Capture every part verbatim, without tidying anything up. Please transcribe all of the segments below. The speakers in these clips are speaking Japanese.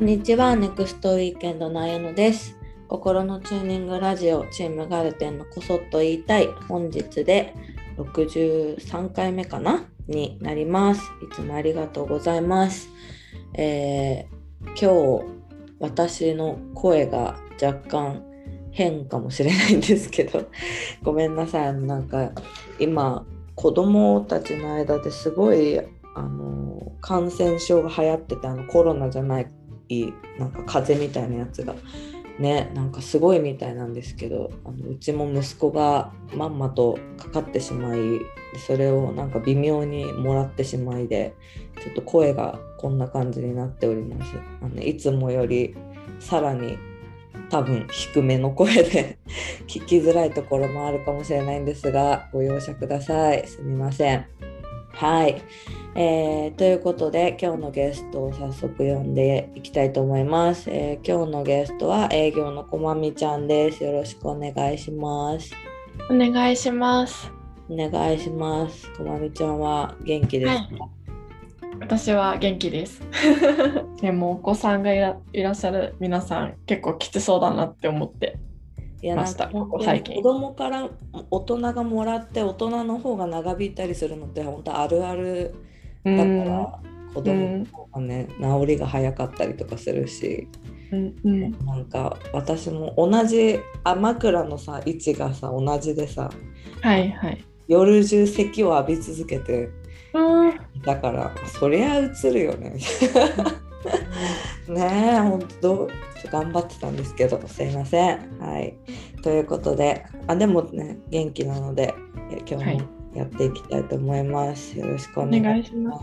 こんにちは。ネクストウィーケンドのあやのです。心のチューニングラジオチームガルテンのこそっと言いたい、本日でろくじゅうさんかいめかなになります。いつもありがとうございます。えー、今日私の声が若干変かもしれないんですけどごめんなさい。なんか今子供たちの間ですごいあの感染症が流行ってて、あのコロナじゃないなんか風邪みたいなやつがね、なんかすごいみたいなんですけど、あのうちも息子がまんまとかかってしまい、それをなんか微妙にもらってしまいで、ちょっと声がこんな感じになっております。あのいつもよりさらに多分低めの声で聞きづらいところもあるかもしれないんですが、ご容赦ください。すみません。はい、えー、ということで今日のゲストを早速呼んでいきたいと思います。えー、今日のゲストは営業のこまみちゃんです。よろしくお願いします。 お願いします。 お願いします。こまみちゃんは元気ですか？はい、 私は元気ですでもお子さんがい ら, いらっしゃる皆さん結構きつそうだなって思っていや、なんか本当に子供から大人がもらって大人の方が長引いたりするのって本当あるあるだから、子供の方がね、治りが早かったりとかするし、うんうん、なんか私も同じ枕のさ位置がさ同じでさ、 はいはい、 夜中咳を浴び続けて、 うん、 だからそりゃうつるよねねえ、本当頑張ってたんですけど、すいません。はい、ということで、あでもね元気なので今日もやっていきたいと思います。よろしくお願いします。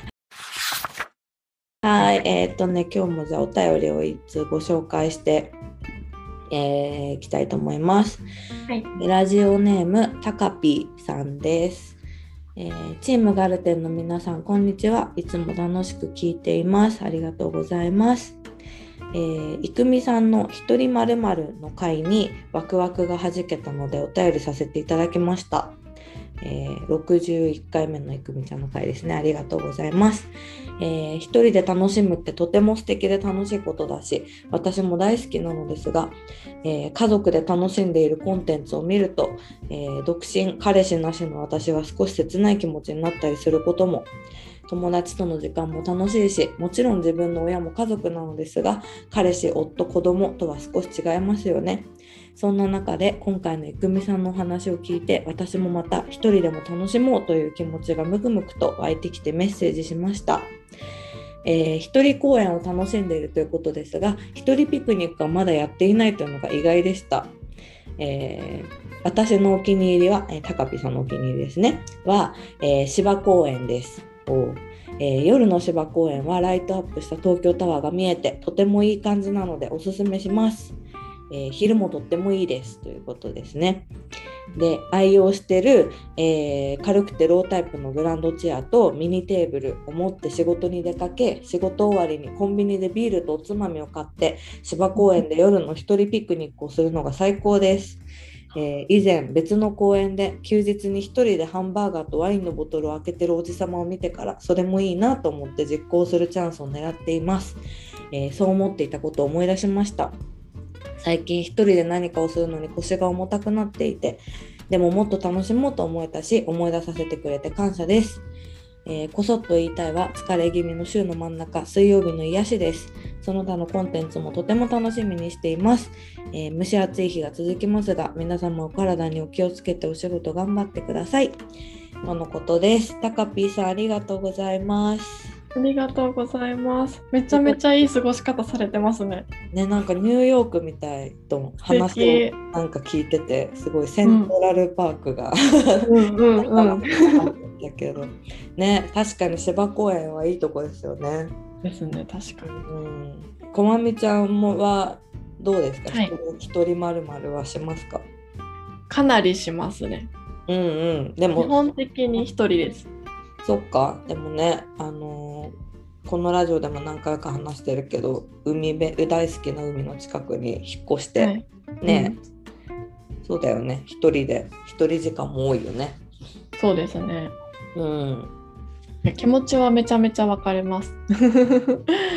はい、えー、っとね今日もじゃあお便りをいっつうご紹介してい、えー、きたいと思います。はい、ラジオネームたかぴーさんです。えー、チームガルテンの皆さんこんにちは。いつも楽しく聞いています。ありがとうございます。えー、いくみさんのひとり〇〇の回にワクワクがはじけたのでお便りさせていただきました。えー、ろくじゅういっかいめのいくみちゃんの回ですね。ありがとうございます。えー、一人で楽しむってとても素敵で楽しいことだし、私も大好きなのですが、えー、家族で楽しんでいるコンテンツを見ると、えー、独身彼氏なしの私は少し切ない気持ちになったりすることも、友達との時間も楽しいし、もちろん自分の親も家族なのですが、彼氏、夫、子供とは少し違いますよね。そんな中で今回のいくみさんのお話を聞いて、私もまた一人でも楽しもうという気持ちがムクムクと湧いてきてメッセージしました。えー、一人公演を楽しんでいるということですが、一人ピクニックはまだやっていないというのが意外でした。えー、私のお気に入りは、えー、高ピさんのお気に入りですねは、えー、芝公園です。おえー、夜の芝公園はライトアップした東京タワーが見えてとてもいい感じなのでおすすめします。えー、昼もとってもいいですということですね。で、愛用してる、えー、軽くてロータイプのグランドチェアとミニテーブルを持って仕事に出かけ、仕事終わりにコンビニでビールとおつまみを買って芝公園で夜の一人ピクニックをするのが最高です。えー、以前別の公園で休日に一人でハンバーガーとワインのボトルを開けてるおじさまを見てから、それもいいなと思って実行するチャンスを狙っています。えー、そう思っていたことを思い出しました。最近一人で何かをするのに腰が重たくなっていて、でももっと楽しもうと思えたし、思い出させてくれて感謝です。えー、こそっと言いたいは疲れ気味の週の真ん中、水曜日の癒しです。その他のコンテンツもとても楽しみにしています。えー、蒸し暑い日が続きますが、皆様お体にお気をつけてお仕事頑張ってください。とのことです。たかぴーさんありがとうございます。 ありがとうございます。めちゃめちゃいい過ごし方されてますね。 ね、なんかニューヨークみたいと話をなんか聞いてて、すごいセントラルパークが、うん、うんうんうんだけどね、確かに芝公園はいいとこですよね。 ですね、確かに。 うん、こまみちゃんもはどうですか？はい、一人まるまるはしますか？ かなりしますね。 うんうん。でも基本的に一人です。 そっか。でもね、あのー、このラジオでも何回か話してるけど、海辺大好きな海の近くに引っ越して、はい、ね、うん、そうだよね。一人で一人時間も多いよね。 そうですね。 うん。 気持ちはめちゃめちゃわかります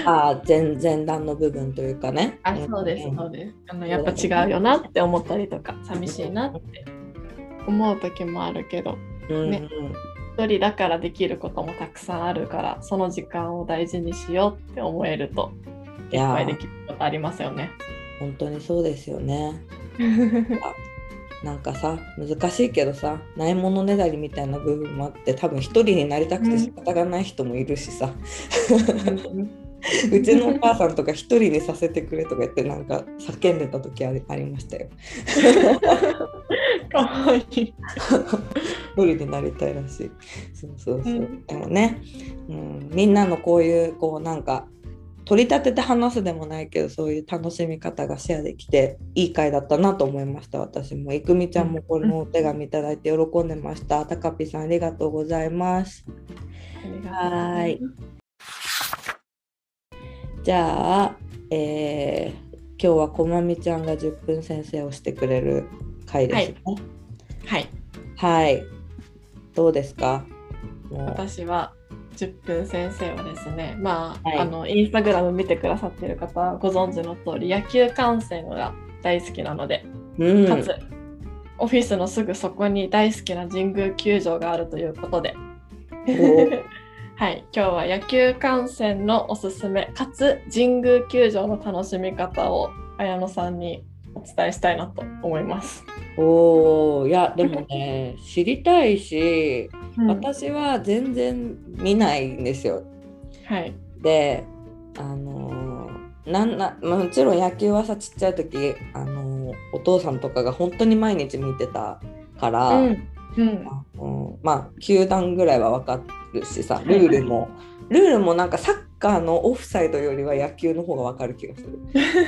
あ前前段の部分というかね。 あ、そうです、そうです。あのやっぱ違うよなって思ったりとか、寂しいなって思う時もあるけど、 うんね、一人だからできることもたくさんあるから、その時間を大事にしようって思えるといっぱいできることありますよね。 本当にそうですよね。なんかさ、難しいけどさ、ないものねだりみたいな部分もあって、多分一人になりたくて仕方がない人もいるしさ、うちのお母さんとか一人にさせてくれとか言ってなんか叫んでた時あり、ありましたよ。 かわいい。 一人になりたいらしい。そうそうそう。うん、でもね、うん、みんなのこういうこうなんか取り立てて話すでもないけど、そういう楽しみ方がシェアできていい回だったなと思いました。私もいくみちゃんもこのお手紙いただいて喜んでました。たかぴさんありがとうございます。はい。じゃあ、えー、今日はこまみちゃんがじゅっぷん先生をしてくれる回ですね。 はい。 はい。はい、どうですか？ もう私はじゅっぷん先生はですね、まあ、はい、あのインスタグラム見てくださっている方はご存知の通り野球観戦が大好きなので、うん、かつオフィスのすぐそこに大好きな神宮球場があるということではい、今日は野球観戦のおすすめかつ神宮球場の楽しみ方を綾野さんにお伝えしたいなと思います。 おー、いやでもね知りたいし、うん、私は全然見ないんですよ。 はい、 であのー、なんなもちろん野球はさちっちゃい時、あのー、お父さんとかが本当に毎日見てたから、うんうんあのー、まあ球団ぐらいは分かるしさ、ルールも、はい、ルールもなんかサッカーのオフサイドよりは野球の方が分かる気がする。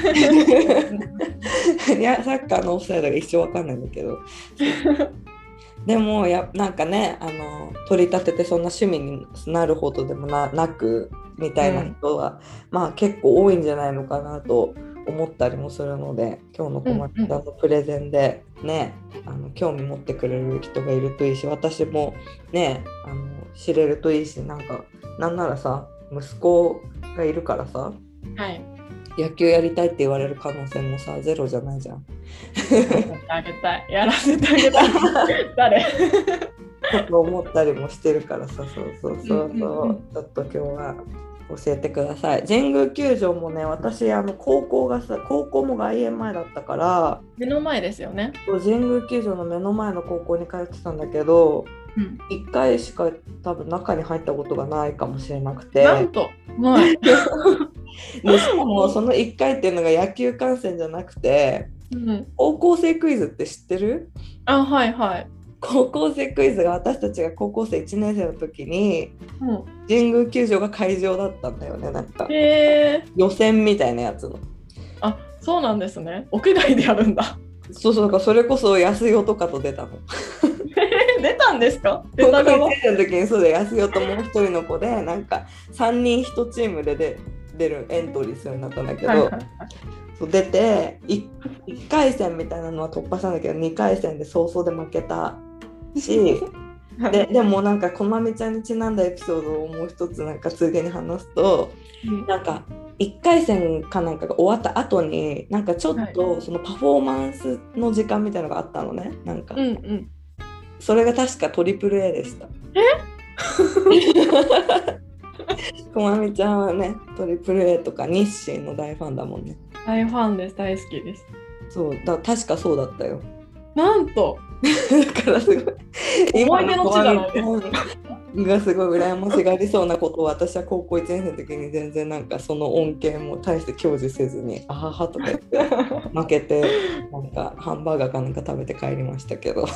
いやサッカーのオフサイドが一生分かんないんだけどでもやなんかねあの取り立ててそんな趣味になるほどでも な, なくみたいな人は、うん、まあ結構多いんじゃないのかなと思ったりもするので、今日のコマンダのプレゼンでね、うんうん、あの興味持ってくれる人がいるといいし、私もねあの知れるといいし、なんかなんならさ息子がいるからさ、はい、野球やりたいって言われる可能性もさゼロじゃないじゃん。 やらせてあげたいやらせてあげたい誰と思ったりもしてるからさ、そうそうそうそう、うんうんうん、ちょっと今日は教えてください。神宮球場もね、私あの高校がさ高校も外苑前だったから目の前ですよね。 神宮球場の目の前の高校に通ってたんだけど、うん、いっかいしか多分中に入ったことがないかもしれなくて、 なんと、はい、 でしかもそのいっかいっていうのが野球観戦じゃなくて、うん、高校生クイズって知ってる？ あ、はいはい。 高校生クイズが私たちが高校生いちねん生の時に、うん、神宮球場が会場だったんだよね。なんかへー、 予選みたいなやつの。 あ、そうなんですね。屋外でやるんだ。 そうそう、だからそれこそ安代とかと出たの。 出たんですか？ 高校いちねん生の時にそうで安代ともう一人の子でなんかさんにんいちチームで出出るエントリーするようになったんだけど、はいはいはい、そう出て い, いっかい戦みたいなのは突破したんだけどにかい戦で早々で負けたしで, でもなんかこまみちゃんにちなんだエピソードをもう一つなんかついでに話すと、うん、なんかいっかい戦かなんかが終わった後になんかちょっとそのパフォーマンスの時間みたいなのがあったのね。なんか、うんうん、それが確かトリプル A でした。 えこまみちゃんはねトリプル A とか日清の大ファンだもんね。 大ファンです。大好きです。 そうだ、確かそうだったよ。 なんとだからすごい思い出の地じゃないですか。 がすごい羨ましがりそうなことを私は高校いちねん生の時に全然なんかその恩恵も大して享受せずにあははとか言って負けてなんかハンバーガーかなんか食べて帰りましたけど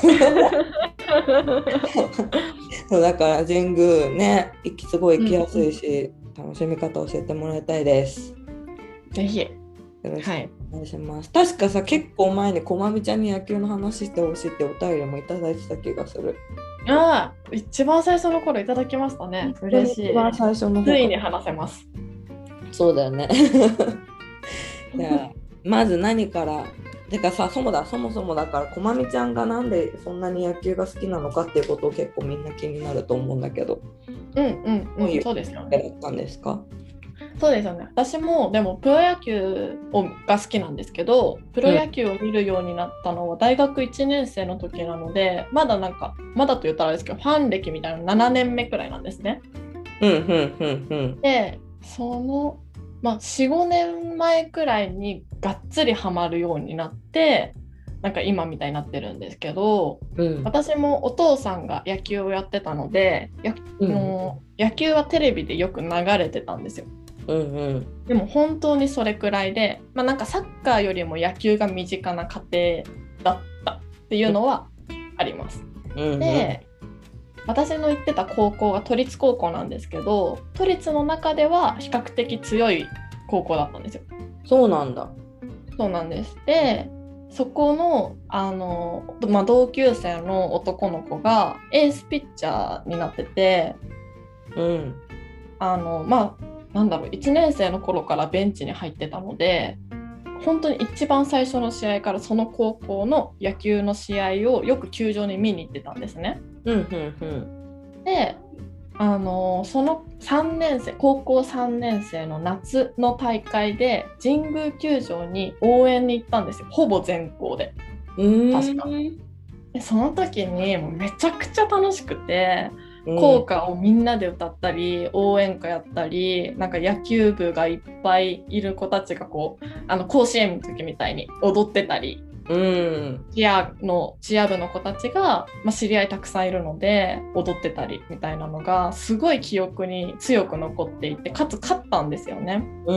そうだから神宮ねすごい行きやすいし、うん、楽しみ方教えてもらいたいです。 ぜひよろしくお願いします。はい、確かさ結構前にこまみちゃんに野球の話してほしいってお便りもいただいてた気がする。 ああ、一番最初の頃いただきましたね。嬉しい。 一番最初のついに話せます。 そうだよね。じゃあまず何からてかさ、そもだそもそもだからこまみちゃんがなんでそんなに野球が好きなのかっていうことを結構みんな気になると思うんだけど、 うんうんうん、そうですよね。 だったんですか？ そうですよね。私もでもプロ野球をが好きなんですけど、プロ野球を見るようになったのは大学いちねん生の時なので、まだなんかまだと言ったらあれですけど、ファン歴みたいなななねんめくらいなんですね。 うんうんうんうん。 で、そのまあ、よん、ごねんまえくらいにがっつりハマるようになって、なんか今みたいになってるんですけど、うん、私もお父さんが野球をやってたので、や、うん、もう野球はテレビでよく流れてたんですよ。うんうん、でも本当にそれくらいで、まあ、なんかサッカーよりも野球が身近な家庭だったっていうのはあります。うんうん、で、私の行ってた高校が都立高校なんですけど、都立の中では比較的強い高校だったんですよ。 そうなんだ。 そうなんです。で、そこの、あの、まあ、同級生の男の子がエースピッチャーになってて、うん、あのまあなんだろう、いちねん生の頃からベンチに入ってたので、本当に一番最初の試合からその高校の野球の試合をよく球場に見に行ってたんですね。うんうんうん、で、あのそのさんねん生、高校さんねん生の夏の大会で神宮球場に応援に行ったんですよ。ほぼ全校で。確か。でその時にもうめちゃくちゃ楽しくて、校歌をみんなで歌ったり、応援歌やったり、なんか野球部がいっぱいいる子たちがこう、あの甲子園の時みたいに踊ってたり、うん、チアのチア部の子たちが、まあ、知り合いたくさんいるので踊ってたりみたいなのがすごい記憶に強く残っていて、かつ勝ったんですよね。うん、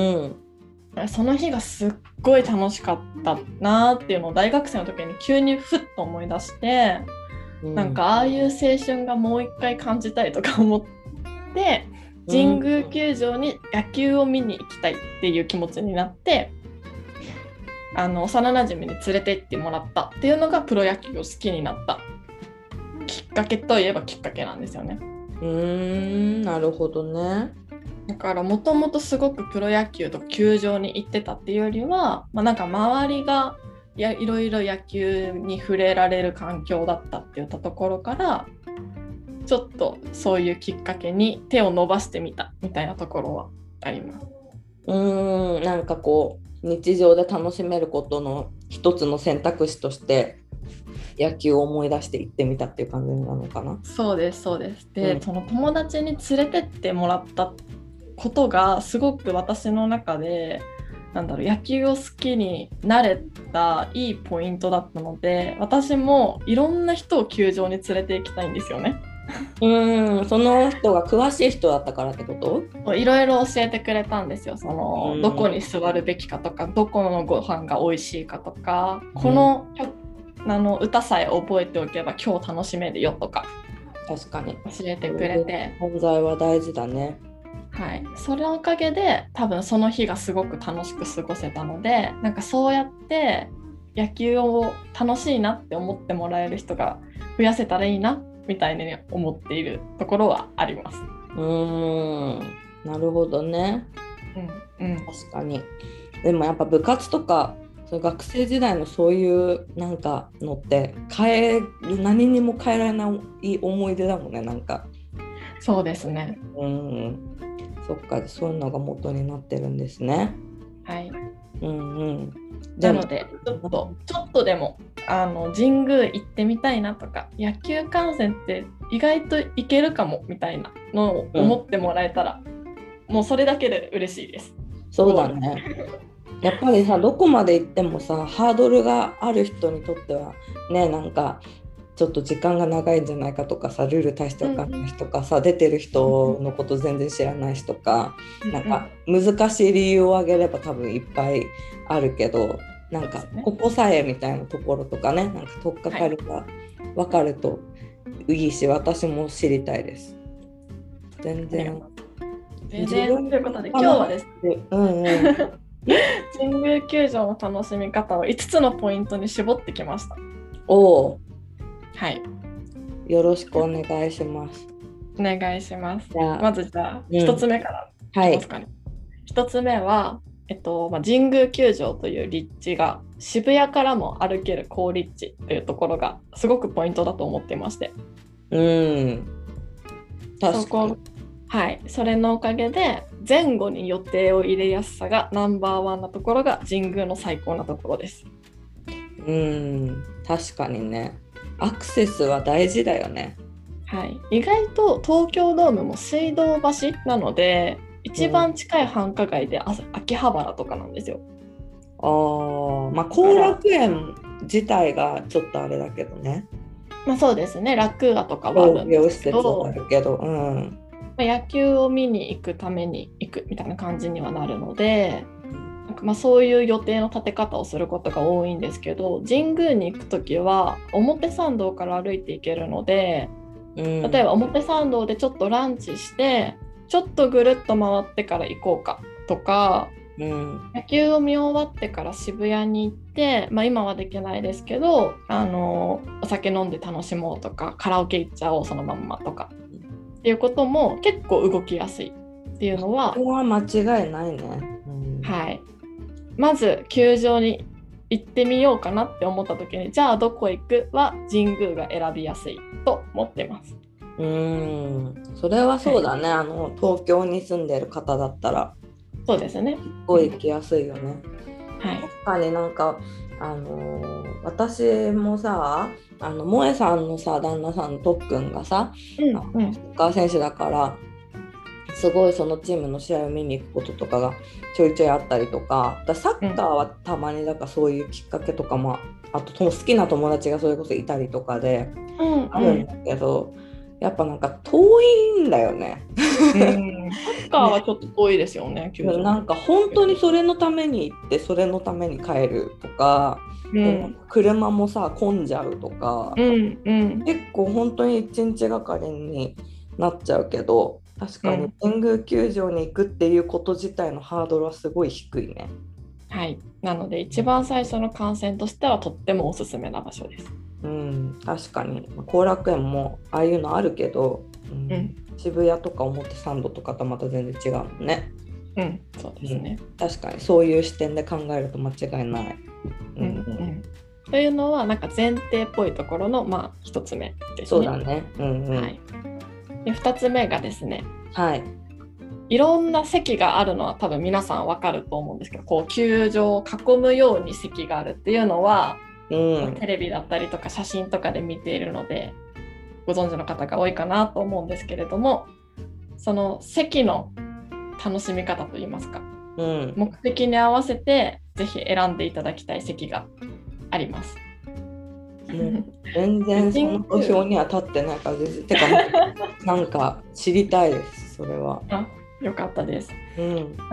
その日がすっごい楽しかったなっていうのを大学生の時に急にふっと思い出して、なんかああいう青春がもう一回感じたいとか思って神宮球場に野球を見に行きたいっていう気持ちになって、あの幼なじみに連れて行ってもらったっていうのがプロ野球を好きになったきっかけといえばきっかけなんですよね。 うーん、なるほどね。 だからもともとすごくプロ野球とか球場に行ってたっていうよりは、まあ、なんか周りがいやいろいろ野球に触れられる環境だったって言ったところからちょっとそういうきっかけに手を伸ばしてみたみたいなところはあります。 うーん、なんかこう日常で楽しめることの一つの選択肢として野球を思い出して行ってみたっていう感じなのかな。 そうですそうです。で、うん、その友達に連れてってもらったことがすごく私の中でなんだろう、野球を好きになれたいいポイントだったので、私もいろんな人を球場に連れて行きたいんですよね。 うーん、その人が詳しい人だったからってこと？ いろいろ教えてくれたんですよ。そのどこに座るべきかとか、どこのご飯が美味しいかとか、この、あの歌さえ覚えておけば今日楽しめるよとか、 確かに教えてくれて、 存在は大事だね。 はい、それのおかげで多分その日がすごく楽しく過ごせたので、なんかそうやって野球を楽しいなって思ってもらえる人が増やせたらいいなみたいに思っているところはあります。 うーん、なるほどね、うんうん、確かに。でもやっぱ部活とかその学生時代のそういうなんかのって変える何にも変えられない思い出だもんね。なんかそうですね、 うん、そっか、そういうのが元になってるんですね。 はい、 うんうん。 なのでちょっとちょっとでもあの神宮行ってみたいなとか、野球観戦って意外といけるかもみたいなのを思ってもらえたら、うん、もうそれだけで嬉しいです。 そうだね。やっぱりさ、どこまで行ってもさ、ハードルがある人にとってはね、なんかちょっと時間が長いんじゃないかとかさ、ルール大して分かんない人とかさ、うん、出てる人のこと全然知らない人とか、うん、なんか難しい理由を挙げれば多分いっぱいあるけど、なんかここさえみたいなところとかね、なんか取っかかりが分かるといいし、はい、私も知りたいです。全然。 全然ということで今日はですね、うんうん、神宮球場の楽しみ方をいつつのポイントに絞ってきました。 おー、 はい、 よろしくお願いします。 お願いします。まずじゃあひとつめからいきますかね。ひとつめは、えっとまあ、神宮球場という立地が渋谷からも歩ける好立地というところがすごくポイントだと思っていまして、 うん、確かに。 そこ、はい、それのおかげで前後に予定を入れやすさがナンバーワンなところが神宮の最高なところです。 うーん、確かにね。アクセスは大事だよね。 はい、意外と東京ドームも水道橋なので一番近い繁華街で秋葉原とかなんですよ。 ああ、まあ後楽園自体がちょっとあれだけどね。 まあそうですね、ラクーアとかはあるんですけど、 あるけど、うんまあ、野球を見に行くために行くみたいな感じにはなるので、なんかまあそういう予定の立て方をすることが多いんですけど、神宮に行くときは表参道から歩いて行けるので、うん、例えば表参道でちょっとランチしてちょっとぐるっと回ってから行こうかとか、うん、野球を見終わってから渋谷に行って、まあ、今はできないですけど、あのお酒飲んで楽しもうとかカラオケ行っちゃおうそのまんまとかっていうことも結構動きやすいっていうのは、 ここは間違いないね、 うん、はい。まず球場に行ってみようかなって思った時に、じゃあどこ行くは神宮が選びやすいと思ってます。 うーん、それはそうだね、はい、あの東京に住んでる方だったらそうですね、 すごい行きやすいよね、 はい、 確かになんかあのー、私もさあの萌さんのさ旦那さんのとっくんがさ、うんうん、サッカー選手だからすごいそのチームの試合を見に行くこととかがちょいちょいあったりとか、だサッカーはたまにだからそういうきっかけとかも、あと好きな友達がそれこそいたりとかであるんだけど、うんうん、やっぱなんか遠いんだよね。 うん、サッカーはちょっと遠いですよね。 ね、なんか本当にそれのために行ってそれのために帰るとか、うん、車もさ混んじゃうとか、うんうん、結構本当に一日がかりになっちゃうけど、確かに神宮球場に行くっていうこと自体のハードルはすごい低いね。 はい、なので一番最初の観戦としてはとってもおすすめな場所です。 うん、確かに後楽園もああいうのあるけど、うんうん、渋谷とか表参道とかとまた全然違うもんね。 うん、そうですね、 うん、確かにそういう視点で考えると間違いない。 うんうん、というのはなんか前提っぽいところのまあ一つ目ですね。 そうだね、うんうん、はい、 でふたつめがですね、 はい、 いろんな席があるのは多分皆さん分かると思うんですけど、こう球場を囲むように席があるっていうのは、うん、テレビだったりとか写真とかで見ているのでご存知の方が多いかなと思うんですけれども、その席の楽しみ方といいますか、うん、目的に合わせてぜひ選んでいただきたい席があります。 全然その投票には立ってないから全然てかなんか知りたいです、それは。 あ、よかったです、うん、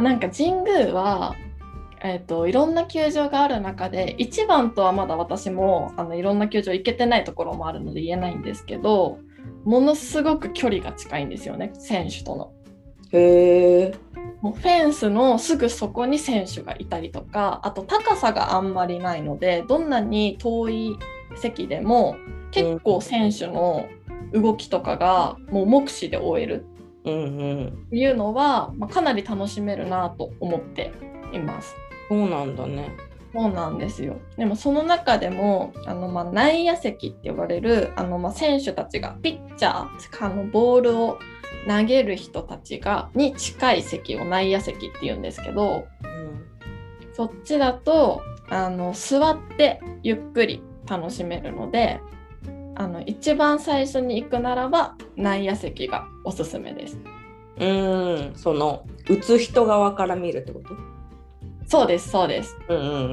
なんか神宮は、えーと、いろんな球場がある中でいちばんとはまだ私もあのいろんな球場行けてないところもあるので言えないんですけど、ものすごく距離が近いんですよね、選手との。 へー。 もうフェンスのすぐそこに選手がいたりとか、あと高さがあんまりないのでどんなに遠い席でも結構選手の動きとかがもう目視で追えるっていうのは、まあ、かなり楽しめるなと思っています。 そうなんだね。 そうなんですよ。でもその中でもあの、まあ、内野席って呼ばれるあの、まあ、選手たちがピッチャー、あのボールを投げる人たちがに近い席を内野席って言うんですけど、うん、そっちだとあの座ってゆっくり楽しめるので、あの一番最初に行くならば内野席がおすすめです。 うーん、その打つ人側から見るってこと？ そうですそうです。 うんうんうんうん。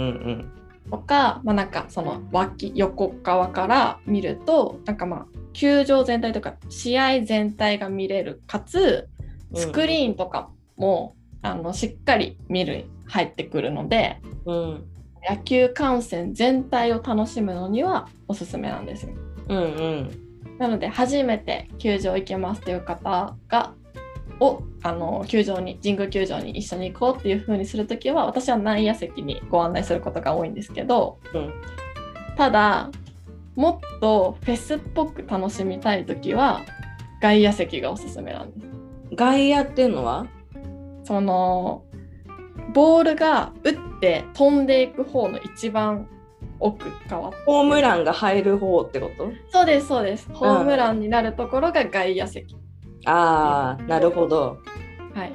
とか、まあ、なんかその脇横側から見るとなんかまあ球場全体とか試合全体が見れる、かつスクリーンとかも、うん、あのしっかり見る入ってくるので、うん、野球観戦全体を楽しむのにはおすすめなんですよ。うんうん、なので初めて球場行きますという方がをあの球場に神宮球場に一緒に行こうっていう風にするときは私は内野席にご案内することが多いんですけど、うん、ただもっとフェスっぽく楽しみたいときは外野席がおすすめなんです。 外野っていうのはそのボールが打って飛んでいく方の一番奥側、 ホームランが入る方ってこと？ そうですそうです。ホームランになるところが外野席。 ああ、なるほど。 はい。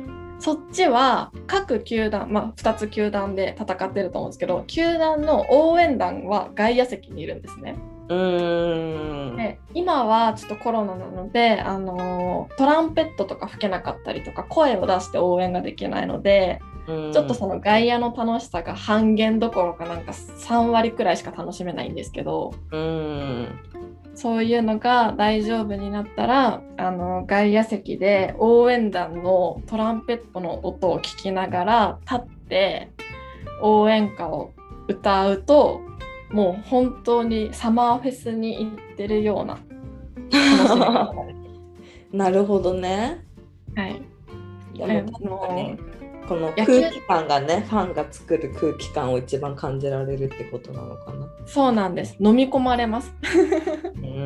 そっちは各球団、まあ、ふたつ球団で戦ってると思うんですけど、球団の応援団は外野席にいるんですね。 うーんで今はちょっとコロナなので、あのトランペットとか吹けなかったりとか声を出して応援ができないので、ちょっとその外野の楽しさが半減どころかなんかさんわりくらいしか楽しめないんですけど、 うーんそういうのが大丈夫になったら、あの外野席で応援団のトランペットの音を聞きながら立って応援歌を歌うと、もう本当にサマーフェスに行ってるような楽しみ方ができる。 なるほどね。 はい。 でも確かにこの空気感がね、ファンが作る空気感を一番感じられるってことなのかな。 そうなんです。飲み込まれます。 うん、うん、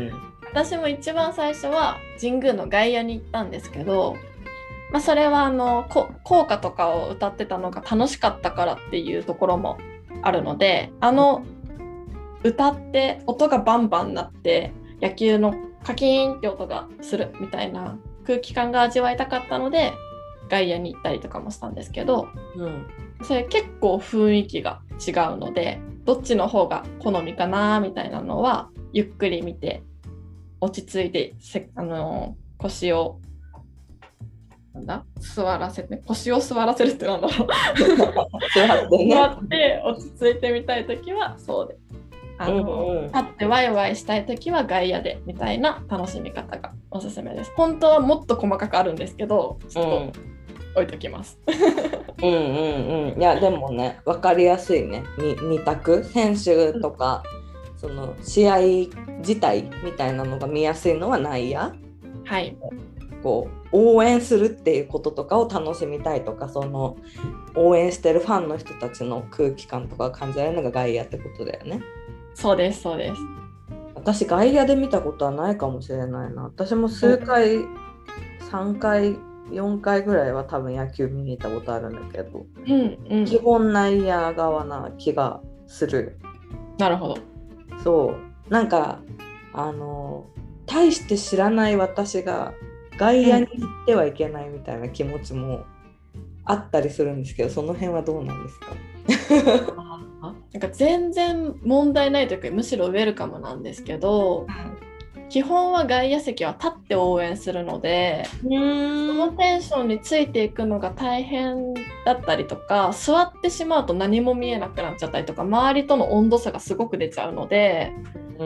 私も一番最初は神宮の外野に行ったんですけど、まあ、それはあの校歌とかを歌ってたのが楽しかったからっていうところもあるので、あの歌って音がバンバンなって野球のカキーンって音がするみたいな空気感が味わいたかったので外野に行ったりとかもしたんですけど、うん、それ結構雰囲気が違うので、どっちの方が好みかなみたいなのはゆっくり見て落ち着いてせあの腰をなんだ座らせて腰を座らせるってなんだろう座ってね、座って落ち着いてみたいときはそうで、あの、うんうん、立ってワイワイしたいときは外野でみたいな楽しみ方がおすすめです。本当はもっと細かくあるんですけど、ちょっと置いときます。 うんうんうん。いやでもね、分かりやすいね。に二択、選手とか、うん、その試合自体みたいなのが見やすいのは内野。 はい。 こう応援するっていうこととかを楽しみたいとか、その応援してるファンの人たちの空気感とかを感じられるのが外野ってことだよね。 そうですそうです。 私外野で見たことはないかもしれないな。私も数回、うん、さんかいよんかいぐらいは多分野球見に行ったことあるんだけど、 うんうん、 基本内野側な気がする。 なるほど。 そうなんかあの大して知らない私が外野に行ってはいけないみたいな気持ちもあったりするんですけど、その辺はどうなんですか？ なんか全然問題ないというか、むしろウェルカムなんですけど、うん、基本は外野席は立って応援するので、うーんそのテンションについていくのが大変だったりとか、座ってしまうと何も見えなくなっちゃったりとか、周りとの温度差がすごく出ちゃうので、うんうん、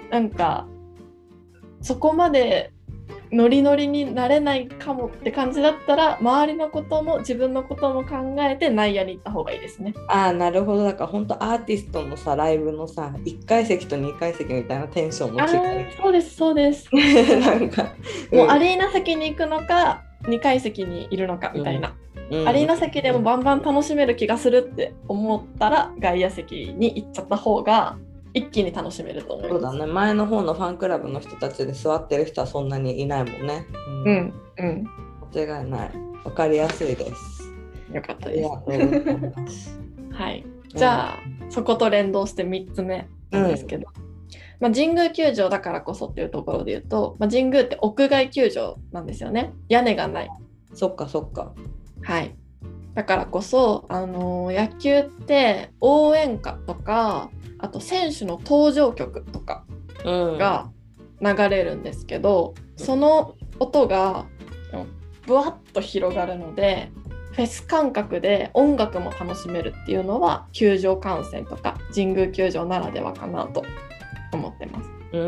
なんかそこまでノリノリになれないかもって感じだったら、周りのことも自分のことも考えて内野に行った方がいいですね。 ああ、なるほど。だから本当アーティストのさライブのさいっかい席とにかい席みたいなテンションの違い。 そうですそうですなんか、うん、もうアリーナ席に行くのかにかい席にいるのかみたいな、うんうん、アリーナ席でもバンバン楽しめる気がするって思ったら外野席に行っちゃった方が一気に楽しめると思います。 そうだね、前の方のファンクラブの人たちで座ってる人はそんなにいないもんね。 うんうん、うん、 間違いない。わかりやすいです。 よかったです。ありがとうございます。はい、じゃあ、うん、そこと連動してみっつめなんですけど、うんまあ、神宮球場だからこそっていうところで言うと、まあ、神宮って屋外球場なんですよね。屋根がない。 そっかそっか。 はい。だからこそ、あのー、野球って応援歌とかあと選手の登場曲とかが流れるんですけど、うん、その音がブワッと広がるのでフェス感覚で音楽も楽しめるっていうのは球場観戦とか神宮球場ならではかなと思ってます。うん、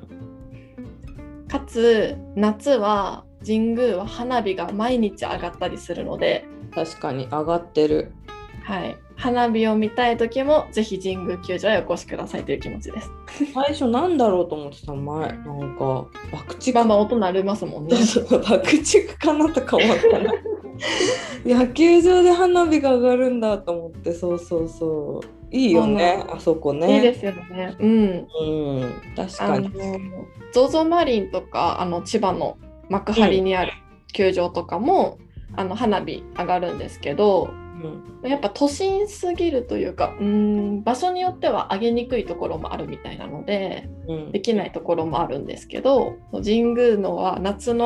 かつ夏は神宮は花火が毎日上がったりするので、 確かに上がってる。 はい、花火を見たい時もぜひ神宮球場へお越しくださいという気持ちです。 最初なんだろうと思ってた前なんか爆竹まあまあ音鳴りますもんね。 爆竹かなとか思ったら野球場で花火が上がるんだと思って、そうそうそういいよね、あそこね。 いいですよね。うん、 うん、確かに。 ゾゾマリンとかあの千葉の幕張にある球場とかも、うん、あの花火上がるんですけど、うん、やっぱ都心すぎるというか、うーん場所によっては上げにくいところもあるみたいなので、うん、できないところもあるんですけど、神宮のは夏の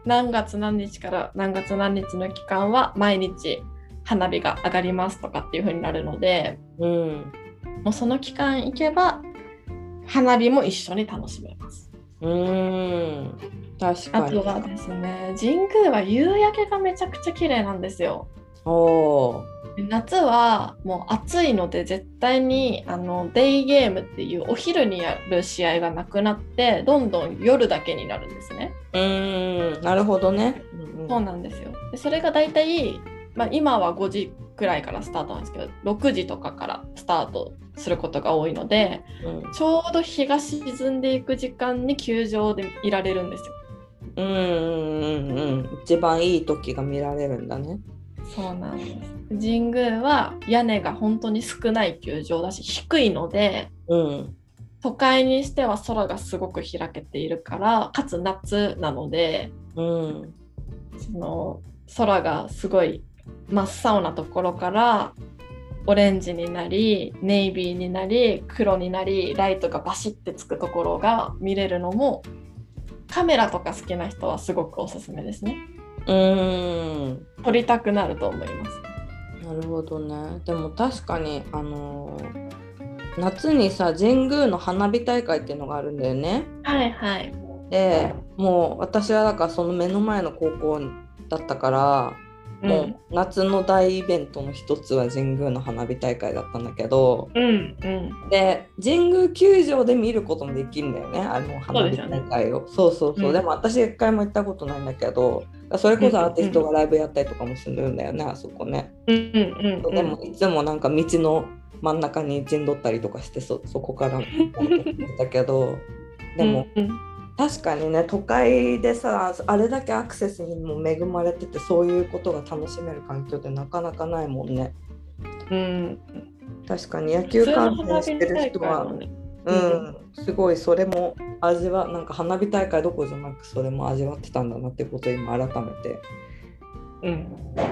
何月何日から何月何日の期間は毎日花火が上がりますとかっていう風になるので、うん、もうその期間行けば花火も一緒に楽しめます。 うーん、確かに。 あとはですね、神宮は夕焼けがめちゃくちゃ綺麗なんですよ。 お夏はもう暑いので絶対にあのデイゲームっていうお昼にやる試合がなくなってどんどん夜だけになるんですね。 うーん、なるほどね。 うんうん、そうなんですよ。でそれがだいたい、まあ、今はごじくらいからスタートなんですけどろくじとかからスタートすることが多いので、うん、ちょうど日が沈んでいく時間に球場でいられるんですよ。 うんうんうん、一番いい時が見られるんだね。 そうなんです。神宮は屋根が本当に少ない球場だし低いので、うん、都会にしては空がすごく開けているからかつ夏なので、うん、その空がすごい真っ青なところからオレンジになりネイビーになり黒になりライトがバシッてつくところが見れるのもカメラとか好きな人はすごくおすすめですね。うーん、撮りたくなると思います。 なるほどね。でも確かにあのー、夏にさ神宮の花火大会っていうのがあるんだよね。 はいはい。 でもう私はだからその目の前の高校だったから、うん、もう夏の大イベントの一つは神宮の花火大会だったんだけど、うんうん、で神宮球場で見ることもできるんだよね、あの花火大会を。そうそうそう、うん、でも私一回も行ったことないんだけどそれこそアーティストがライブやったりとかもするんだよね、あそこね、うんうんうん、でもいつもなんか道の真ん中に陣取ったりとかして そ, そこからだけどでも、うんうん、確かにね都会でさあれだけアクセスにも恵まれててそういうことが楽しめる環境ってなかなかないもんね。うん、確かに野球観戦してる人は、ね、うん、すごいそれも味わなんか花火大会どころじゃなくそれも味わってたんだなってことを今改めて。 うん。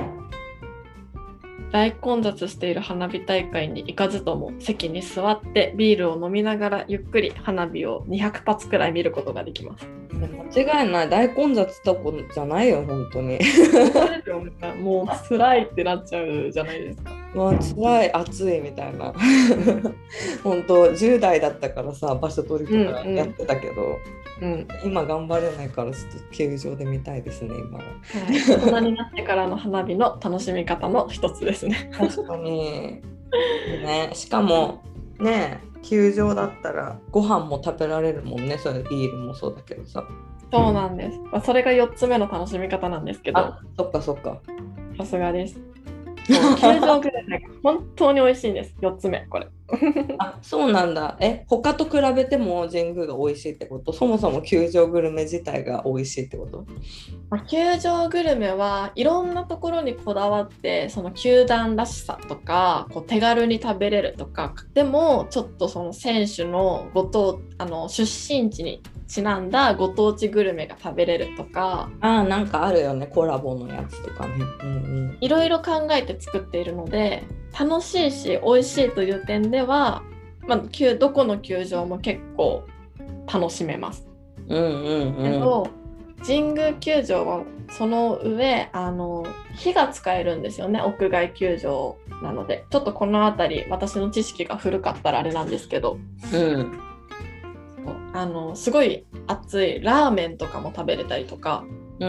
大混雑している花火大会に行かずとも席に座ってビールを飲みながらゆっくり花火をにひゃく発くらい見ることができます。 間違いない、大混雑とこじゃないよ本当に。 もう辛いってなっちゃうじゃないですか。 もう辛い暑いみたいな。本当じゅう代だったからさ場所取りとかやってたけど、うんうん、今頑張れないからちょっと球場で見たいですね今は。 はい、大人になってからの花火の楽しみ方の一つですね。 確かに、ね、しかもね球場だったらご飯も食べられるもんね。それビールもそうだけどさ。 そうなんです、まあ、それがよっつめの楽しみ方なんですけど。 あ、そっかそっか、 さすがです。球場グルメが本当に美味しいんです。よっつめこれ。 あ、そうなんだ。え、他と比べても神宮が美味しいってこと？そもそも球場グルメ自体が美味しいってこと？ 球場グルメはいろんなところにこだわってその球団らしさとかこう手軽に食べれるとかでもちょっとその選手のご当あの出身地にちなんだご当地グルメが食べれるとか。 あ、なんかあるよねコラボのやつとかね、うんうん、 いろいろ考えて作っているので楽しいし美味しいという点では、まあ、どこの球場も結構楽しめます。うんうんうん、けど神宮球場はその上あの火が使えるんですよね。屋外球場なのでちょっとこのあたり私の知識が古かったらあれなんですけど、うん、あのすごい熱いラーメンとかも食べれたりとか、うん、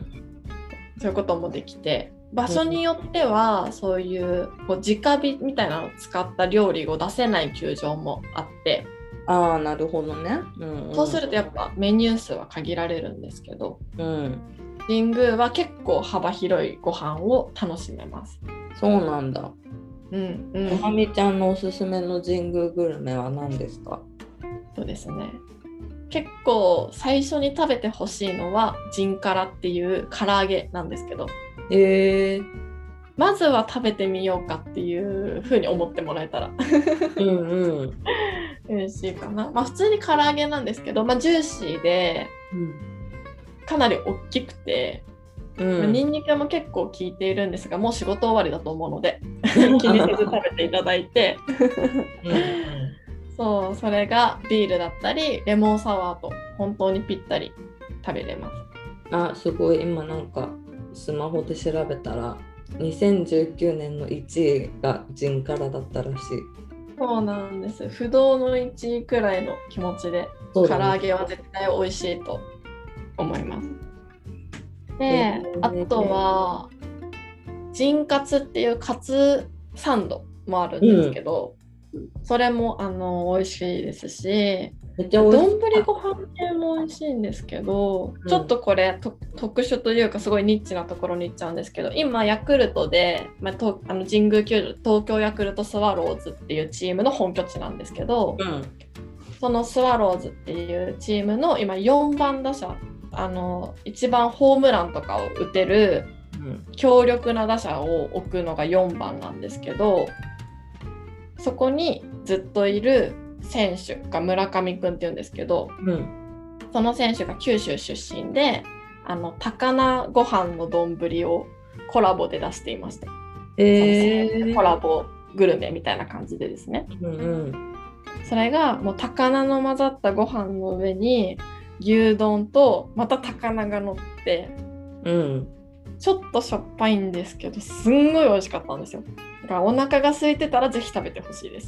そういうこともできて場所によってはそういうこう直火みたいなのを使った料理を出せない球場もあって。 ああ、なるほどね、うんうん、 そうするとやっぱメニュー数は限られるんですけど、うん、神宮は結構幅広いご飯を楽しめます。 そうなんだ。うんうん。まみちゃんのおすすめの神宮グルメは何ですか？ そうですね、結構最初に食べてほしいのはジンカラっていう唐揚げなんですけど、えー、まずは食べてみようかっていう風に思ってもらえたらうん、うん、嬉しいかな。まあ普通に唐揚げなんですけど、まあ、ジューシーでかなり大きくて、うん、まあ、ニンニクも結構効いているんですがもう仕事終わりだと思うので気にせず食べていただいてうん、そうそれがビールだったりレモンサワーと本当にぴったり食べれます。 あ、すごい。今なんかスマホで調べたらにせんじゅうきゅうねんのいちいがジンカラだったらしい。 そうなんです。不動のいちいくらいの気持ちで、唐揚げは絶対美味しいと思います。で、あとはジンカツっていうカツサンドもあるんですけど、うん、それもあの美味しいですし、丼ご飯系も美味しいんですけど、うん、ちょっとこれと特殊というかすごいニッチなところに行っちゃうんですけど、今ヤクルトで、まあ、とあの神宮球場東京ヤクルトスワローズっていうチームの本拠地なんですけど、うん、そのスワローズっていうチームの今よんばん打者、あの一番ホームランとかを打てる強力な打者を置くのがよんばんなんですけど、そこにずっといる選手が村上くんっていうんですけど、うん、その選手が九州出身で、あの高菜ご飯の丼をコラボで出していました。えー、コラボグルメみたいな感じでですね、うんうん、それがもう高菜の混ざったご飯の上に牛丼とまた高菜が乗って、うん、ちょっとしょっぱいんですけどすんごい美味しかったんですよ。だからお腹が空いてたらぜひ食べてほしいです。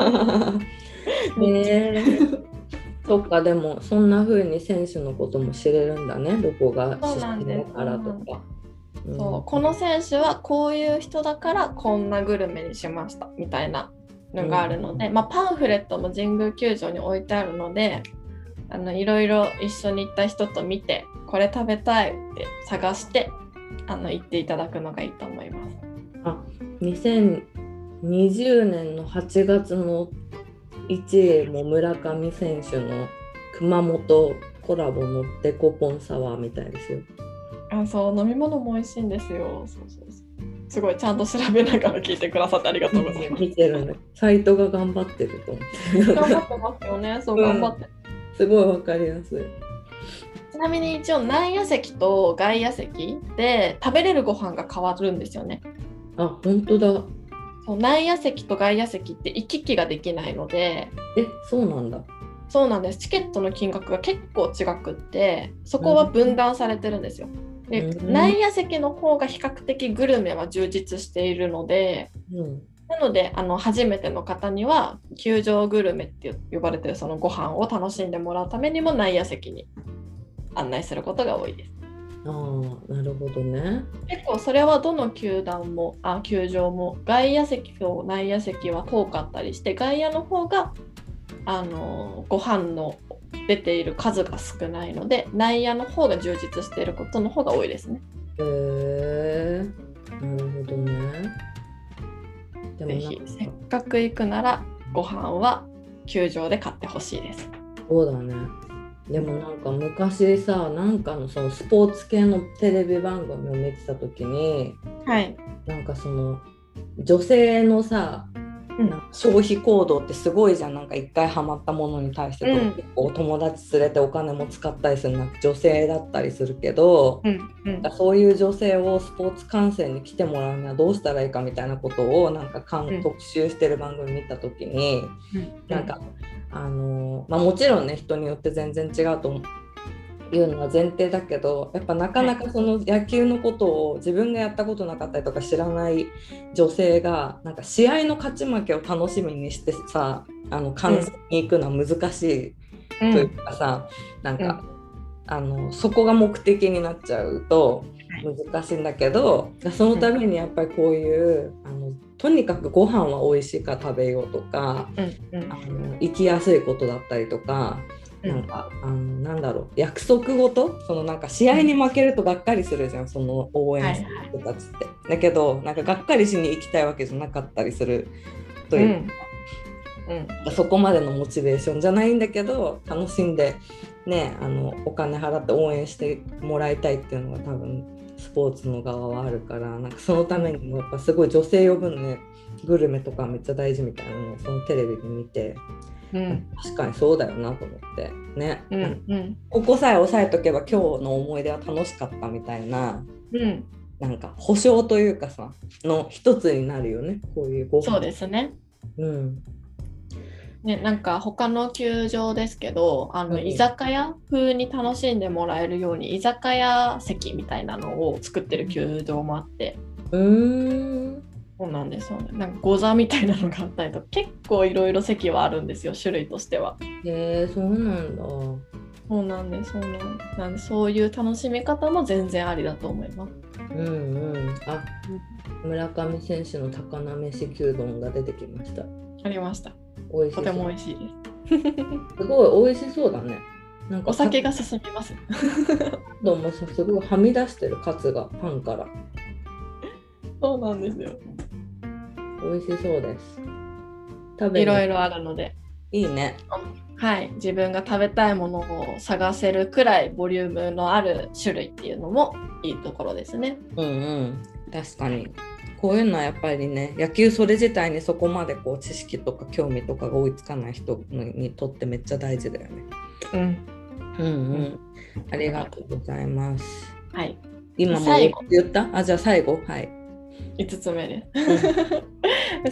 えー、そっか。でもそんな風に選手のことも知れるんだね、どこが出身だからとか。 うん、そうこの選手はこういう人だからこんなグルメにしましたみたいなのがあるので、うん、まあ、パンフレットも神宮球場に置いてあるので、あのいろいろ一緒に行った人と見てこれ食べたいって探してあの行っていただくのがいいと思います。 あ、にせんにじゅうねんのはちがつのいちいも村上選手の熊本コラボのデコポンサワーみたいですよ。 あ、そう、飲み物も美味しいんですよ。そうそうそう、すごいちゃんと調べながら聞いてくださってありがとうございます。 見てるね。サイトが頑張ってると思って。 頑張ってますよね。そう、頑張って、うん、 すごいわかりやすい。 ちなみに一応内野席と外野席で食べれるご飯が変わるんですよね。 あ、本当だ。 そう、内野席と外野席って行き来ができないので。 え、そうなんだ。 そうなんです。チケットの金額が結構違くって、そこは分断されてるんですよ。で、うん、内野席の方が比較的グルメは充実しているので、うん、なのであの初めての方には球場グルメって呼ばれてるそのご飯を楽しんでもらうためにも内野席に案内することが多いです。 ああ、なるほどね。 結構それはどの球団もあ球場も外野席と内野席は遠かったりして、外野の方があのご飯の出ている数が少ないので内野の方が充実していることの方が多いですね。 へえー、なるほどね。 でもぜひせっかく行くならご飯は球場で買ってほしいです。 そうだね。でもなんか昔さ、なんかのそのスポーツ系のテレビ番組を見てた時に、はい、なんかその女性のさ、うん、消費行動ってすごいじゃん。なんか一回ハマったものに対して、うん、結構友達連れてお金も使ったりするなんか女性だったりするけど、うんうん、そういう女性をスポーツ観戦に来てもらうにはどうしたらいいかみたいなことをなんかかん、うん、特集してる番組見た時に、うん、なんかあのまあ、もちろんね人によって全然違うというのは前提だけど、やっぱなかなかその野球のことを自分がやったことなかったりとか知らない女性がなんか試合の勝ち負けを楽しみにしてさ、あの観戦に行くのは難しいというかさ、うん、なんか、うん、あのそこが目的になっちゃうと難しいんだけど、そのためにやっぱりこういうあのとにかくご飯は美味しいから食べようとか、うんうん、あの行きやすいことだったりとか、なんか、うん、あのなんだろう、約束事、そのなんか試合に負けるとがっかりするじゃん、その応援する人たちって、はいはい、だけどなんかがっかりしに行きたいわけじゃなかったりするというか、うんうん、そこまでのモチベーションじゃないんだけど楽しんでね、あのお金払って応援してもらいたいっていうのが多分スポーツの側はあるから、なんかそのためにもやっぱすごい女性呼ぶのね、グルメとかめっちゃ大事みたいなのをそのテレビで見て、うん、確かにそうだよなと思ってね、うんうん、ここさえ押さえとけば今日の思い出は楽しかったみたいな、うん、なんか保証というかさの一つになるよね、こういうご飯。 そうですね、 うん、 ね、なんか他の球場ですけど、あの居酒屋風に楽しんでもらえるように居酒屋席みたいなのを作ってる球場もあって、 うーん、 そうなんですよね。なんかゴザみたいなのがあったりと結構いろいろ席はあるんですよ、種類としては。 へえ、そうなんだ。 そうなんです、そうなんです。なんでそういう楽しみ方も全然ありだと思います。 うんうん。あ、村上選手の高菜飯牛丼が出てきました。 ありました。 美味しい。 とても美味しいです。 すごい美味しそうだね。 なんかお酒が進みます。 どうもすごいはみ出してるカツがパンから。 そうなんですよ。 美味しそうです。 食べいろいろあるので。 いいね。 はい、自分が食べたいものを探せるくらいボリュームのある種類っていうのもいいところですね。 うんうん、確かに。こういうのはやっぱりね、野球それ自体にそこまでこう知識とか興味とかが追いつかない人にとってめっちゃ大事だよね。 うん、 うんうん。ありがとうございます。 はい。 今も言ったあ、じゃあ最後、はい。 いつつめです。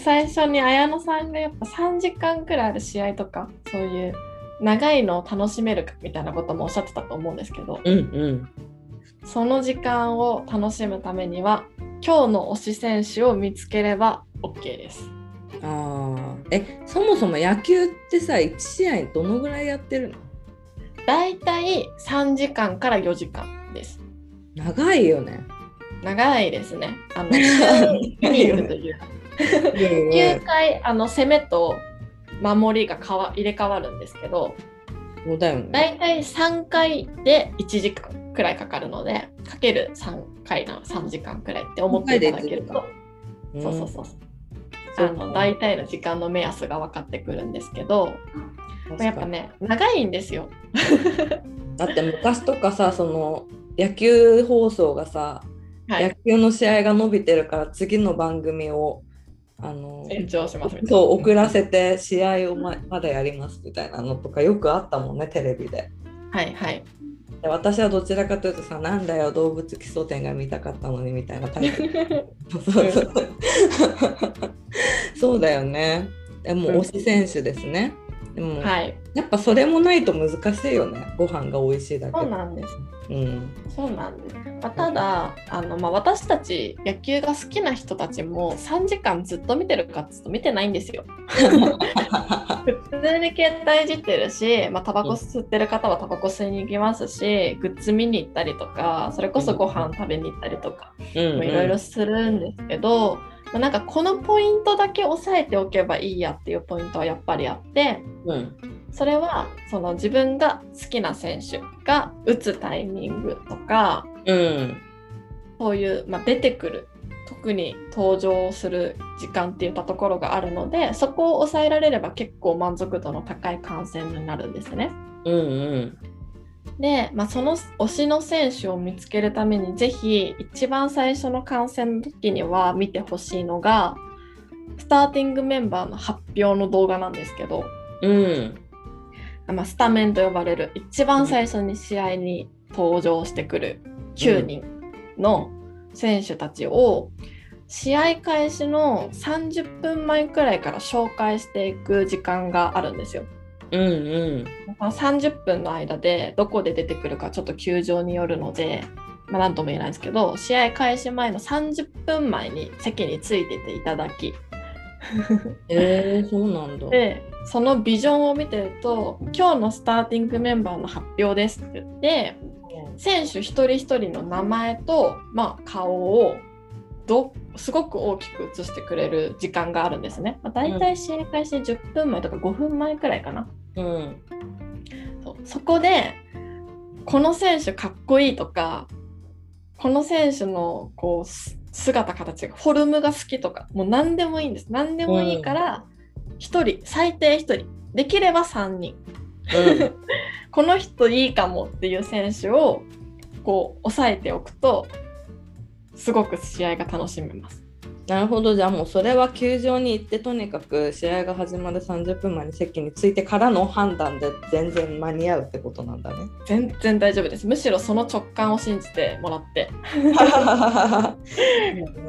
最初に綾野さんがやっぱさんじかんくらいある試合とか、そういう長いのを楽しめるかみたいなこともおっしゃってたと思うんですけど、 うんうん、 その時間を楽しむためには今日の推し選手を見つければ OK です。 あえそもそも野球ってさいち試合どのぐらいやってるの？ だいたいさんじかんからよじかんです。 長いよね。 長いですね。あのイニングというきゅうかいあの攻めと守りがかわ入れ替わるんですけど、 そうだよね。 だいたいさんかいでいちじかんくらいかかるので、かけるさんかいなさんじかんくらいって思っていただけると、うん、そうそうそうあのだいたいの時間の目安が分かってくるんですけど、やっぱね長いんですよ。 だって昔とかさ、その野球放送がさ、はい、野球の試合が伸びてるから次の番組をあの延長しますみたいな。 そう遅らせて試合を ま, まだやりますみたいなのとかよくあったもんね、テレビで。 はいはい。 で私はどちらかというとさ、なんだよ動物基礎点が見たかったのにみたいなタイプ。そうそうそうだよね。でも推し選手ですね。でも、はい、やっぱそれもないと難しいよね。ご飯が美味しいだけ。 そうなんです。 うん、そうなんです。まあ、ただあの、まあ、私たち野球が好きな人たちもさんじかんずっと見てるかっつうと見てないんですよ。普通に携帯いじってるし、まあ、タバコ吸ってる方はタバコ吸いに行きますし、グッズ見に行ったりとか、それこそご飯食べに行ったりとかいろいろするんですけど、まあ、なんかこのポイントだけ押さえておけばいいやっていうポイントはやっぱりあって、うん、それはその自分が好きな選手が打つタイミングとか、うん、そういう、まあ、出てくる特に登場する時間っていったところがあるので、そこを抑えられれば結構満足度の高い観戦になるんですね。うんうんで、まあ、その推しの選手を見つけるためにぜひ一番最初の観戦の時には見てほしいのがスターティングメンバーの発表の動画なんですけど、うんまあ、スタメンと呼ばれる一番最初に試合に登場してくるきゅうにんの選手たちを試合開始のさんじゅっぷんまえくらいから紹介していく時間があるんですよ。うんうん、さんじゅっぷんの間でどこで出てくるかちょっと球場によるので、まあ、何とも言えないんですけど、試合開始前のさんじゅっぷんまえに席についてていただきえー、そうなんだ。 でそのビジョンを見てると今日のスターティングメンバーの発表ですって言って選手一人一人の名前と、まあ、顔をどすごく大きく映してくれる時間があるんですね。まあ、だいたい試合開始じゅっぷんまえとかごふんまえくらいかな、うん、そ, そこでこの選手かっこいいとかこの選手のこう姿形がフォルムが好きとかもう何でもいいんです。何でもいいからひとり、最低ひとりできればさんにん、うん、この人いいかもっていう選手をこう抑えておくとすごく試合が楽しめます。 なるほど。じゃあもうそれは球場に行ってとにかく試合が始まるさんじゅっぷんまえに席についてからの判断で全然間に合うってことなんだね。 全然大丈夫です。むしろその直感を信じてもらって、うん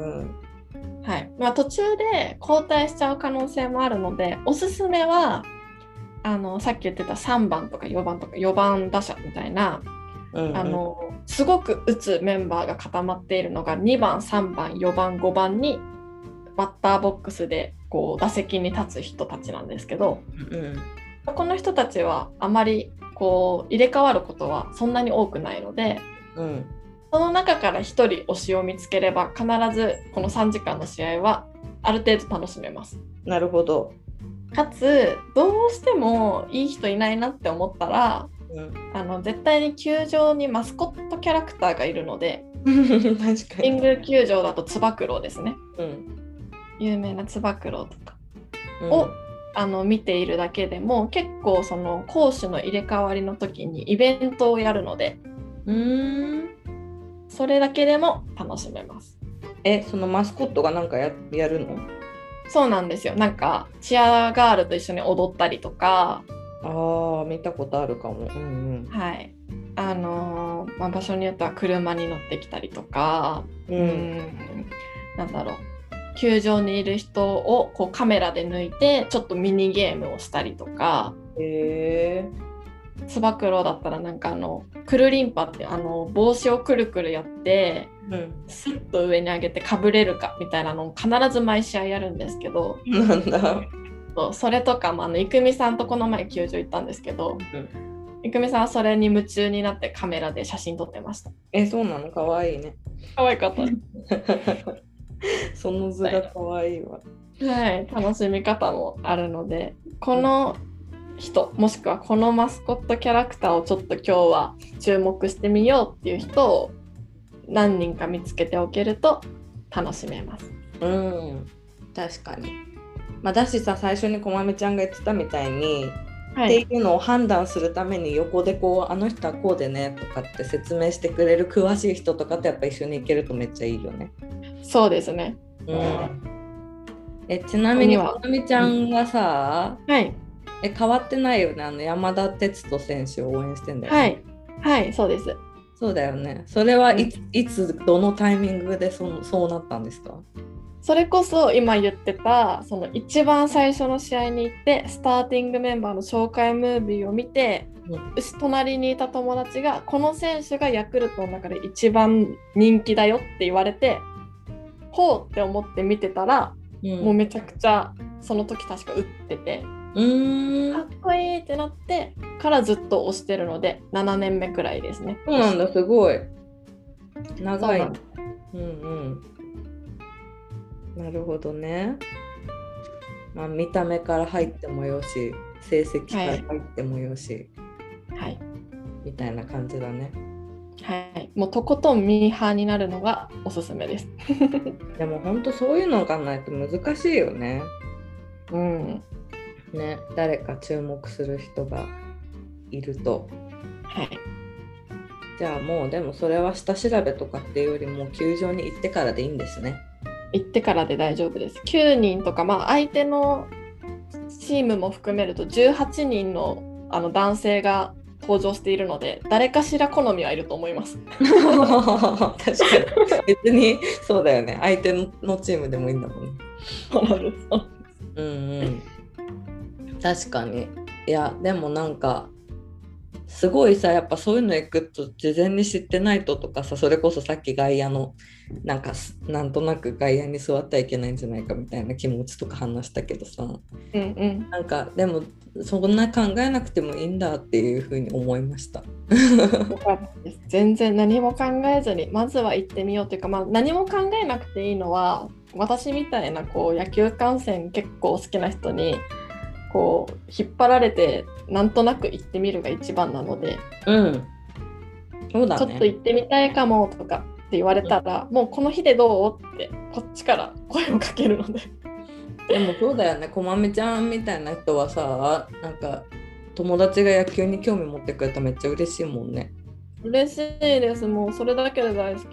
はいまあ、途中で交代しちゃう可能性もあるのでおすすめはあのさっき言ってたさんばんとかよんばんとかよんばん打者みたいな、うんうん、あのすごく打つメンバーが固まっているのがにばんさんばんよんばんごばんにバッターボックスでこう打席に立つ人たちなんですけど、うん、この人たちはあまりこう入れ替わることはそんなに多くないので、うん、その中からひとり推しを見つければ必ずこのさんじかんの試合はある程度楽しめます。 なるほど。 かつどうしてもいい人いないなって思ったら、うん、あの絶対に球場にマスコットキャラクターがいるので確かに神宮球場だとつば九郎ですね、うん、有名なつば九郎とかを、うん、あの見ているだけでも結構その攻守の入れ替わりの時にイベントをやるので、うーんそれだけでも楽しめます。 え、そのマスコットがなんか や, やるの？ そうなんですよ。なんかチアガールと一緒に踊ったりとか。 ああ、見たことあるかも。うんうん、 はい。あのーまあ、場所によっては車に乗ってきたりとか、うん、うんなんだろう。球場にいる人をこうカメラで抜いてちょっとミニゲームをしたりとか。へー。つば九郎だったらなんかあのくるりんぱってあの帽子をくるくるやって、うん、スッと上に上げてかぶれるかみたいなのを必ず毎試合やるんですけど、 なんだそうそれとかもあの郁美さんとこの前球場行ったんですけど、郁美、うん、さんはそれに夢中になってカメラで写真撮ってました。 え、そうなの？かわいいね。 かわいかったその図がかわいいわ。 はい、楽しみ方もあるのでこの人もしくはこのマスコットキャラクターをちょっと今日は注目してみようっていう人を何人か見つけておけると楽しめます。 うん、確かに。まあ、だしさ、最初にこまめちゃんが言ってたみたいに、はい、っていうのを判断するために横でこうあの人はこうでねとかって説明してくれる詳しい人とかとやっぱ一緒に行けるとめっちゃいいよね。 そうですね。うん 、えちなみにこまめちゃんがさ、うん、はいえ変わってないよね。あの山田哲人選手を応援してんだよね。 はいはいそうです。 そうだよね。それはいつ、うん、いつどのタイミングで そ, そうなったんですか？ それこそ今言ってたその一番最初の試合に行ってスターティングメンバーの紹介ムービーを見て、うん、隣にいた友達がこの選手がヤクルトの中で一番人気だよって言われてほうって思って見てたら、うん、もうめちゃくちゃその時確か打っててうーんかっこいいってなってからずっと推してるのでななねんめくらいですね。 そうなんだ、すごい長い。うんうんなるほどね。まあ見た目から入ってもよし成績から入ってもよし、はい、みたいな感じだね。 はいもうとことんミーハーになるのがおすすめですでもほんとそういうのがないと難しいよね。うんね、誰か注目する人がいると、はい、じゃあもうでもそれは下調べとかっていうよりも球場に行ってからでいいんですね。 行ってからで大丈夫です。きゅうにんとか、まあ、相手のチームも含めるとじゅうはちにん の, あの男性が登場しているので誰かしら好みはいると思います確かに別にそうだよね相手のチームでもいいんだもんね。そうなんですうんうん確かに。いやでもなんかすごいさやっぱそういうの行くと事前に知ってないととかさそれこそさっき外野のなんかなんとなく外野に座ってはいけないんじゃないかみたいな気持ちとか話したけどさ、うんうん、なんかでもそんな考えなくてもいいんだっていうふうに思いました。 全然何も考えずにまずは行ってみようというか、まあ、何も考えなくていいのは私みたいなこう野球観戦結構好きな人にこう引っ張られてなんとなく行ってみるが一番なので、うんそうだね、ちょっと行ってみたいかもとかって言われたら、うん、もうこの日でどうってこっちから声をかけるのででもそうだよねこまめちゃんみたいな人はさなんか友達が野球に興味持ってくれたらめっちゃ嬉しいもんね。 嬉しいです。もうそれだけで大好き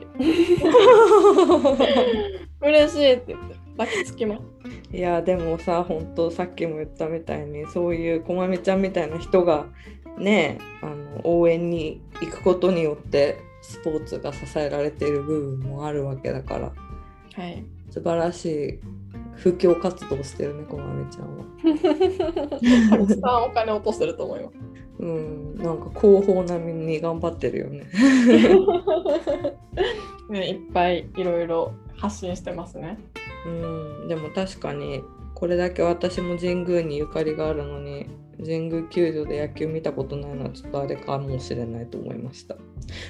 嬉しいって言って抱きつきます。 いやでもさ本当さっきも言ったみたいにそういうこまめちゃんみたいな人がねあの応援に行くことによってスポーツが支えられている部分もあるわけだから、はい、素晴らしい布教活動してるね、こまめちゃんは。 たくさんお金落としてると思います。 うん、なんか広報並みに頑張ってるよね。 ね、いっぱいいろいろ発信してますね。 うん、でも確かにこれだけ私も神宮にゆかりがあるのに、神宮球場で野球見たことないのはちょっとあれかもしれないと思いました。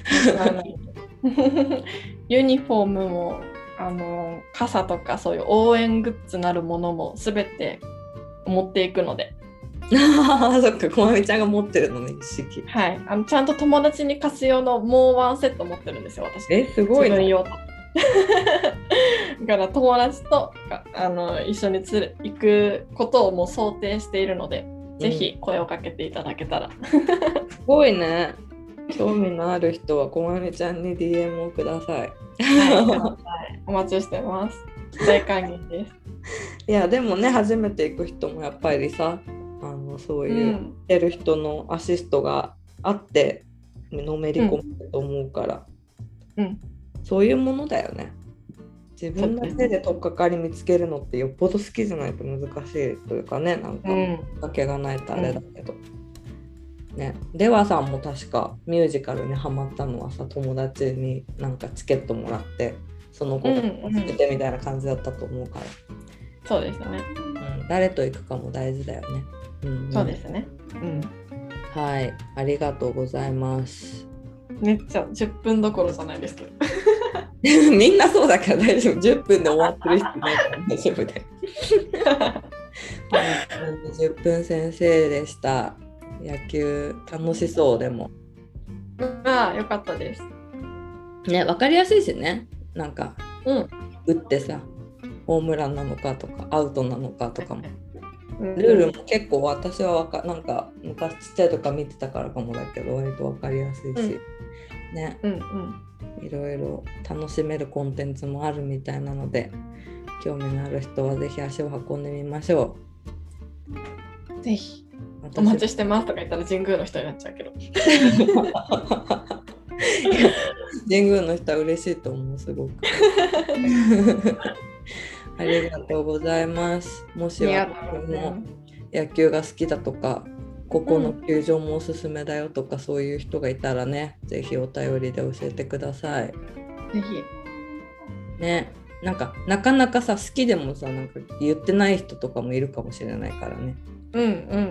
ユニフォームもあの傘とかそういう応援グッズなるものもすべて持っていくので。 あそっか、こまみちゃんが持ってるのね、一式。 はい、あのちゃんと友達に貸す用のもうワンセット持ってるんですよ、私。 え、すごいね。 自分用とだから友達とあの一緒につれ行くことをもう想定しているので、うん、ぜひ声をかけていただけたら。 すごいね。興味のある人はこまみちゃんに ディーエム をください。 はい、お待ちしてます。大歓迎です。 いやでもね、初めて行く人もやっぱりさ、あのそういう、うん、出る人のアシストがあってのめり込むと思うから、 うん、 そういうものだよね。自分の手で取っかかり見つけるのってよっぽど好きじゃないと難しいというかね、なんかわけがないとあれだけど、うん、ね。出羽さんも確かミュージカルにハマったのはさ、友達になんかチケットもらってその子がつけてみたいな感じだったと思うから、うんうん、そうですね、 うん、誰と行くかも大事だよね。 うんうん、そうですね、うん、 はい、ありがとうございます。 めっちゃじゅっぷんどころじゃないですけどみんなそうだから大丈夫。じゅっぷんで終わってる人いないから大丈夫で。じゅっぷん先生でした。野球楽しそう。でもああ、よかったですね。分かりやすいしね。なんか、 うん、 打ってさホームランなのかとかアウトなのかとかも、ルールも結構私はわかなんか昔ちっちゃいとか見てたからかもだけど割と分かりやすいし、 うん、 ね、 うんうん、 いろいろ楽しめるコンテンツもあるみたいなので、興味のある人はぜひ足を運んでみましょう。ぜひお待ちしてますとか言ったら神宮の人になっちゃうけど神宮の人は嬉しいと思う、すごくありがとうございます。もし私も野球が好きだとか、ここの球場もおすすめだよとか、うん、そういう人がいたらね、ぜひお便りで教えてください。ぜひ。 ね、なんかなかなかさ、好きでもさ、なんか言ってない人とかもいるかもしれないからね。 うんうん。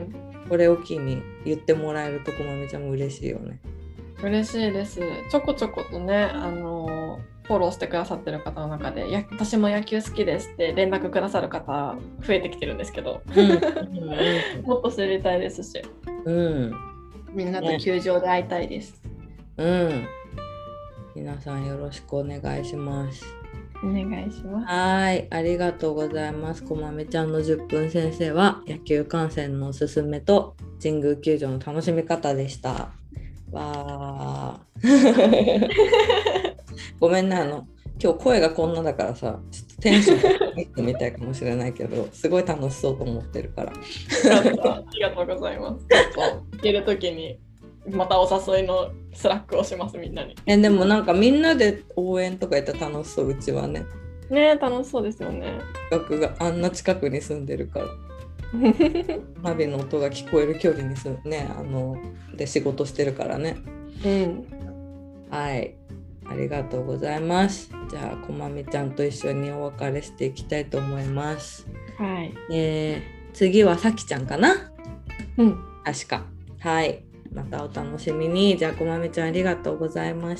これを機に言ってもらえるとこまめちゃんも嬉しいよね。 嬉しいです。ちょこちょことね、あのフォローしてくださってる方の中で、や私も野球好きですって連絡くださる方増えてきてるんですけど、うんうん、もっと知りたいですし、 うん、 みんなと球場で会いたいです、 ね、うん、皆さんよろしくお願いします。 お願いします。 はい、ありがとうございます。こまめちゃんのじゅっぷん先生は野球観戦のおすすめと神宮球場の楽しみ方でした。わーごめんな、あの今日声がこんなだからさ、ちょっとテンションがみたいかもしれないけど、すごい楽しそうと思ってるから。 ありがとうございます。ちょっと行けるときにまたお誘いのスラックをします、みんなに。 えでもなんかみんなで応援とかやったら楽しそう、うちはね。 ね、楽しそうですよね。 僕があんな近くに住んでるから。花火の音が聞こえる距離に住んね、あので仕事してるからね。 うん。 はい。ありがとうございます。じゃあこまめちゃんと一緒にお別れしていきたいと思います。 はい。 えー、次はさきちゃんかな。 うん。 確か。はい。またお楽しみに。じゃあこまめちゃんありがとうございました。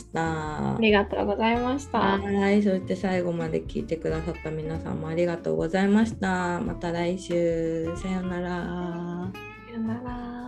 ありがとうございました。 はい。そして最後まで聞いてくださった皆さんもありがとうございました。また来週。さようなら。 さようなら。